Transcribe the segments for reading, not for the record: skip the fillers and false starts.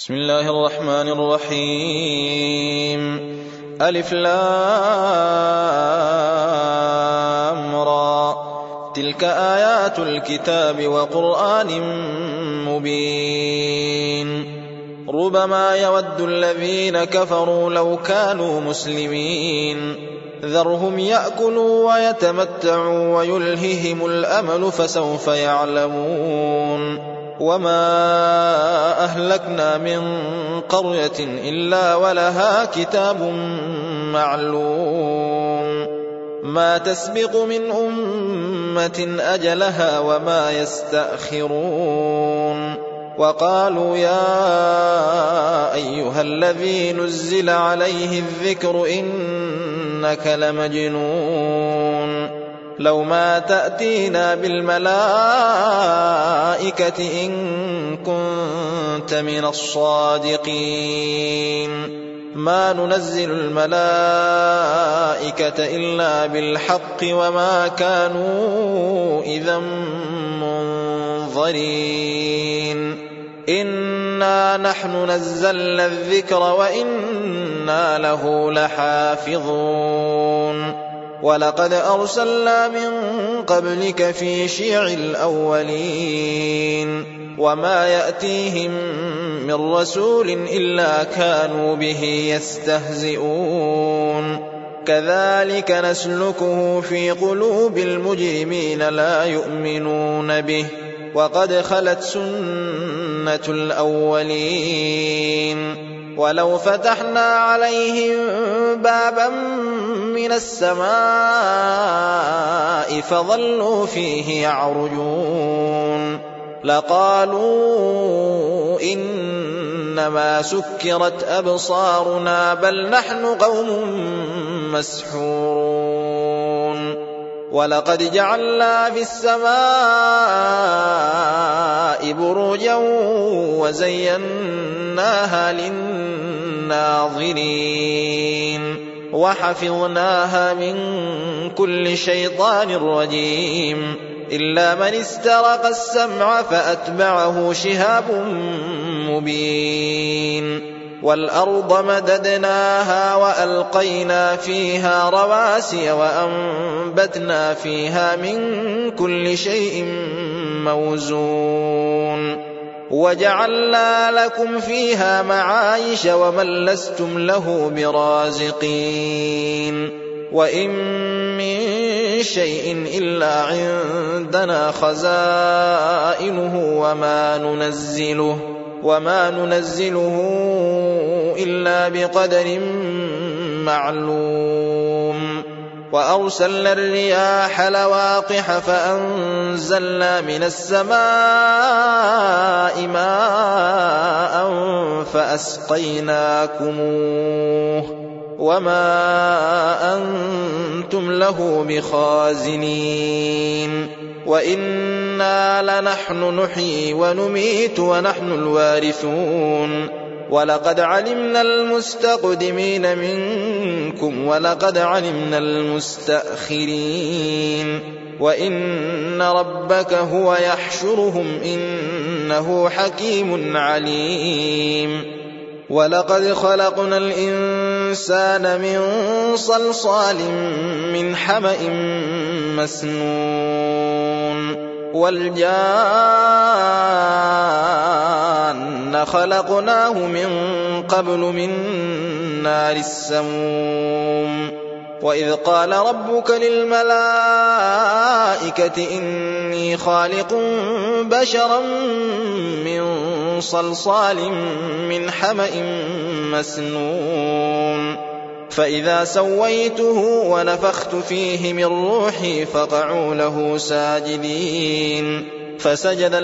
بسم الله الرحمن الرحيم. ألف لام را تلك آيات الكتاب وقرآن مبين ربما يود الذين كفروا لو كانوا مسلمين ذرهم يأكلوا ويتمتعوا ويلههم الأمل فسوف يعلمون وما أهلكنا من قرية إلا ولها كتاب معلوم ما تسبق من أمة أجلها وما يستأخرون وقالوا يا أيها الذي نزل عليه الذكر إنك لمجنون لو ما تأتينا بالملائكة إن كنت من الصادقين ما ننزل الملائكة إلا بالحق وما كانوا إذا منظرين إنا نحن نزلنا الذكر وإنا له لحافظون ولقد أرسلنا من قبلك في شيع الأولين وما يأتيهم من رسول إلا كانوا به يستهزئون كذلك نسلكه في قلوب المجرمين لا يؤمنون به وقد خلت سنة الأولين ولو فتحنا عليهم بابا من السماء فظلوا فيه يعرجون لقالوا إنما سكرت أبصارنا بل نحن قوم مسحورون ولقد جعلنا في السماء بروجا وزيناها للناظرين وحفظناها من كل شيطان رجيم إلا من استرق السمع فأتبعه شهاب مبين والأرض مددناها وألقينا فيها رواسي وأنبتنا فيها من كل شيء موزون وجعلنا لكم فيها معايش ومن لستم له برازقين وإن من شيء إلا عندنا خزائنه وما ننزله إلا بقدر معلوم وأرسلنا الرياح لواقح فأنزلنا من السماء ماء فأسقيناكموه وما أنتم له بخازنين وإنا لنحن نحيي ونميت ونحن الوارثون ولقد علمنا المستقدمين منكم ولقد علمنا المستأخرين وإن ربك هو يحشرهم إنه حكيم عليم ولقد خلقنا الإنسان من صلصال من حمأ مسنون والجان خلقناه من قبل من نار السموم وإذ قال ربك للملائكة إني خالق بشرا من صلصال من حمأ مسنون فإذا سويته ونفخت فيه من روحي فقعوا له ساجدين فسجد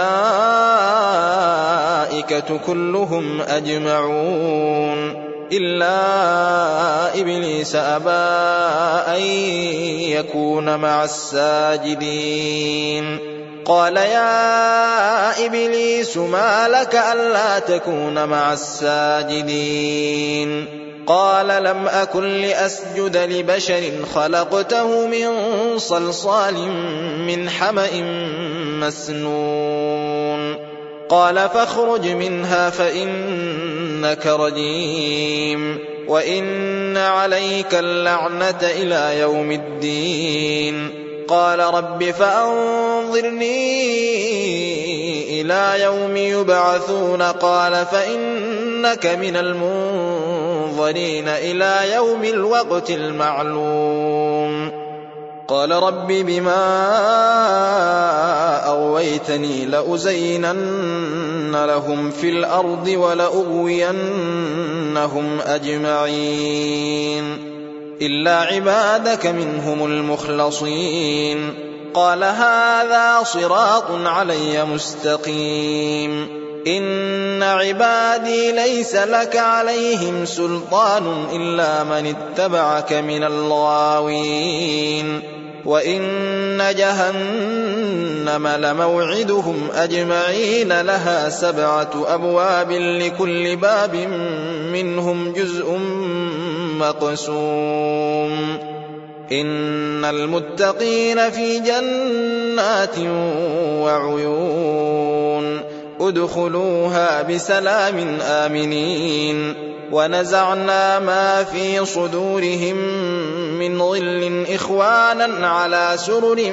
الملائكة كلهم أجمعون إلا إبليس أبى أن يكون مع الساجدين قال يا إبليس ما لك ألا تكون مع الساجدين قال لم أكن لأسجد لبشر خلقته من صلصال من حمأ مسنون قال فاخرج منها فإنك رجيم وإن عليك اللعنة إلى يوم الدين. قال رب فأنظرني إلى يوم يبعثون. قال فإنك من المنظرين إلى يوم الوقت المعلوم. قال رب بما أغويتني لأزينن لهم في الأرض ولأغوينهم أجمعين إلا عبادك منهم المخلصين. قال هذا صراط علي مستقيم. إن عبادي ليس لك عليهم سلطان إلا من اتبعك من الغاوين. وإن جهنم لموعدهم أجمعين لها 7 أبواب لكل باب منهم جزء مقسوم. إن المتقين في جنات وعيون ادخلوها بسلام آمنين. ونزعنا ما في صدورهم من غل إخوانا على سرر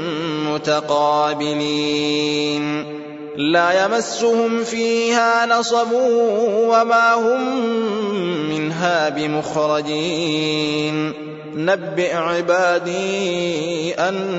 متقابلين لا يمسهم فيها نصب وما هم منها بمخرجين. نبئ عبادي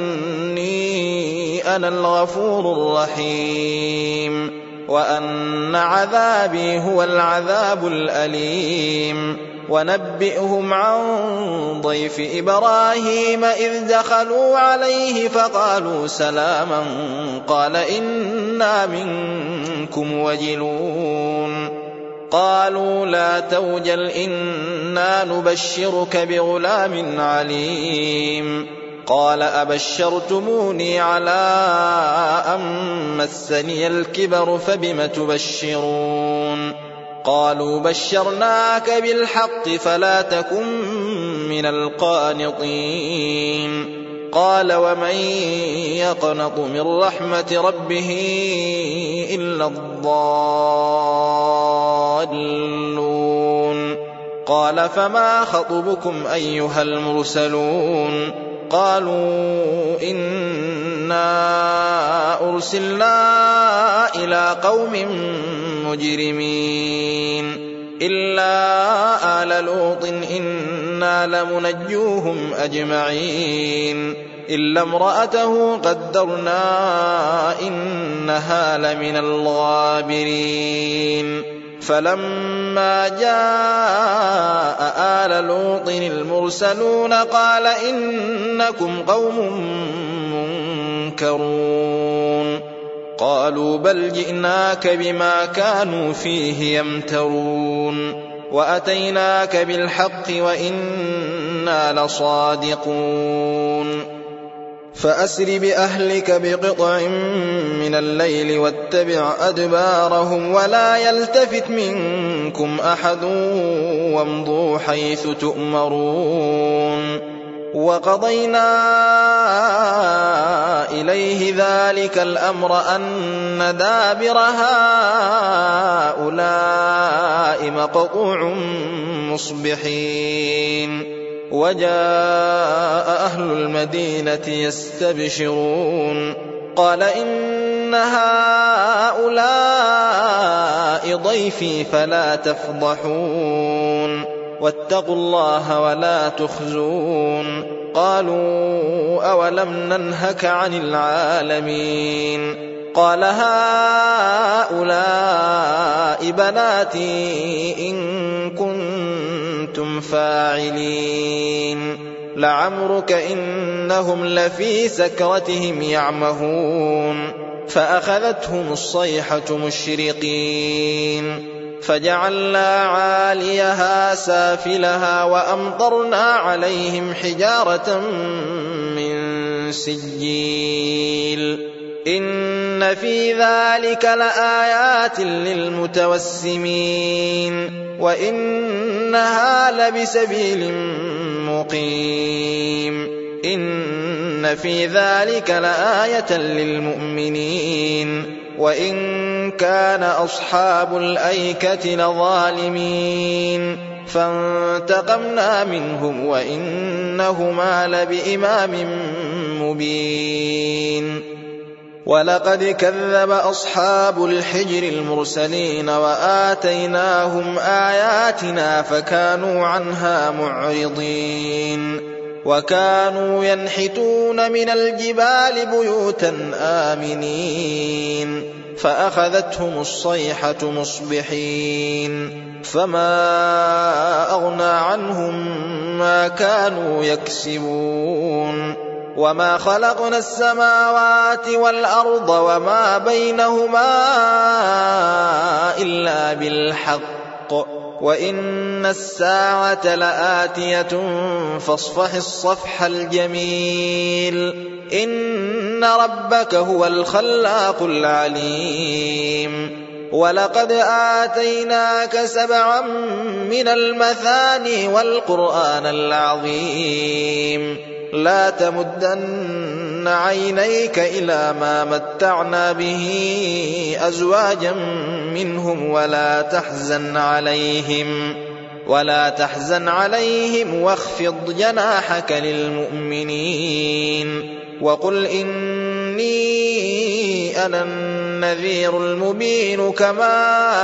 أني أنا الغفور الرحيم وأن عذابي هو العذاب الأليم. ونبئهم عن ضيف إبراهيم إذ دخلوا عليه فقالوا سلاما قال إنا منكم وجلون. قالوا لا توجل إنا نبشرك بغلام عليم. قال أبشرتموني على أن مسني الكبر فبم تبشرون. قالوا بشرناك بالحق فلا تكن من القانطين. قال ومن يقنط من رحمة ربه إلا الضالون. قال فما خطبكم أيها المرسلون؟ قالوا إنا أرسلنا إلى قوم مجرمين إلا آل لوط إنا لمنجوهم أجمعين إلا امرأته قدرنا إنها لمن الغابرين. فلما جاء آل لوط المرسلون قال إنكم قوم منكرون. قالوا بل جئناك بما كانوا فيه يمترون وأتيناك بالحق وإنا لصادقون. فأسر بأهلك بقطع من الليل واتبع أدبارهم ولا يلتفت منكم أحد وامضوا حيث تؤمرون. وقضينا إليه ذلك الأمر أن دابر هؤلاء مقطوع مصبحين. وجاء أهل المدينة يستبشرون قال إن هؤلاء ضيفي فلا تفضحون واتقوا الله ولا تخزون. قالوا أولم ننهك عن العالمين؟ قال هؤلاء بناتي إن كنتم فاعلين. لعمرك إنهم لفي سكرتهم يعمهون. فأخذتهم الصيحة مشرقين فجعلنا عاليها سافلها وأمطرنا عليهم حجارة من سجيل. إن في ذلك لآيات للمتوسمين وإنها لبسبيل مقيم. إن في ذلك لآية للمؤمنين وإن كان أصحاب الأيكة لظالمين فانتقمنا منهم وإنهما لبإمام مبين ولقد كذب أصحاب الحجر المرسلين وآتيناهم آياتنا فكانوا عنها معرضين وكانوا ينحتون من الجبال بيوتا آمنين فأخذتهم الصيحة مصبحين فما أغنى عنهم ما كانوا يكسبون وما خلقنا السماوات والأرض وما بينهما إلا بالحق وإن الساعة لآتية فاصفح الصفح الجميل إن ربك هو الخلاق العليم ولقد آتيناك 7 من المثاني والقرآن العظيم لا تمدن عينيك إلى ما متعنا به أزواجا منهم ولا تحزن عليهم واخفض جناحك للمؤمنين وقل إني أنا النذير المبين كما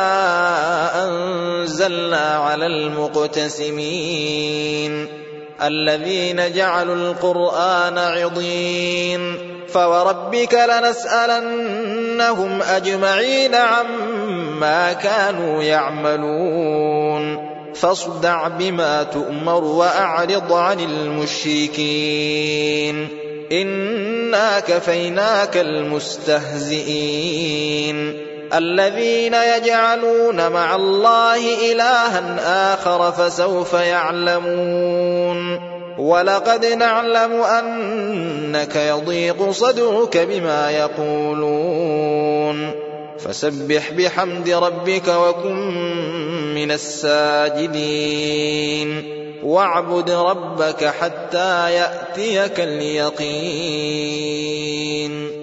أنزلنا على المقتسمين الذين جعلوا القرآن عضين فوربك لنسألنهم أجمعين عما كانوا يعملون فاصدع بما تؤمر وأعرض عن المشركين إنا كفيناك المستهزئين الذين يجعلون مع الله إلها آخر فسوف يعلمون ولقد نعلم أنك يضيق صدرك بما يقولون فسبح بحمد ربك وكن من الساجدين واعبد ربك حتى يأتيك اليقين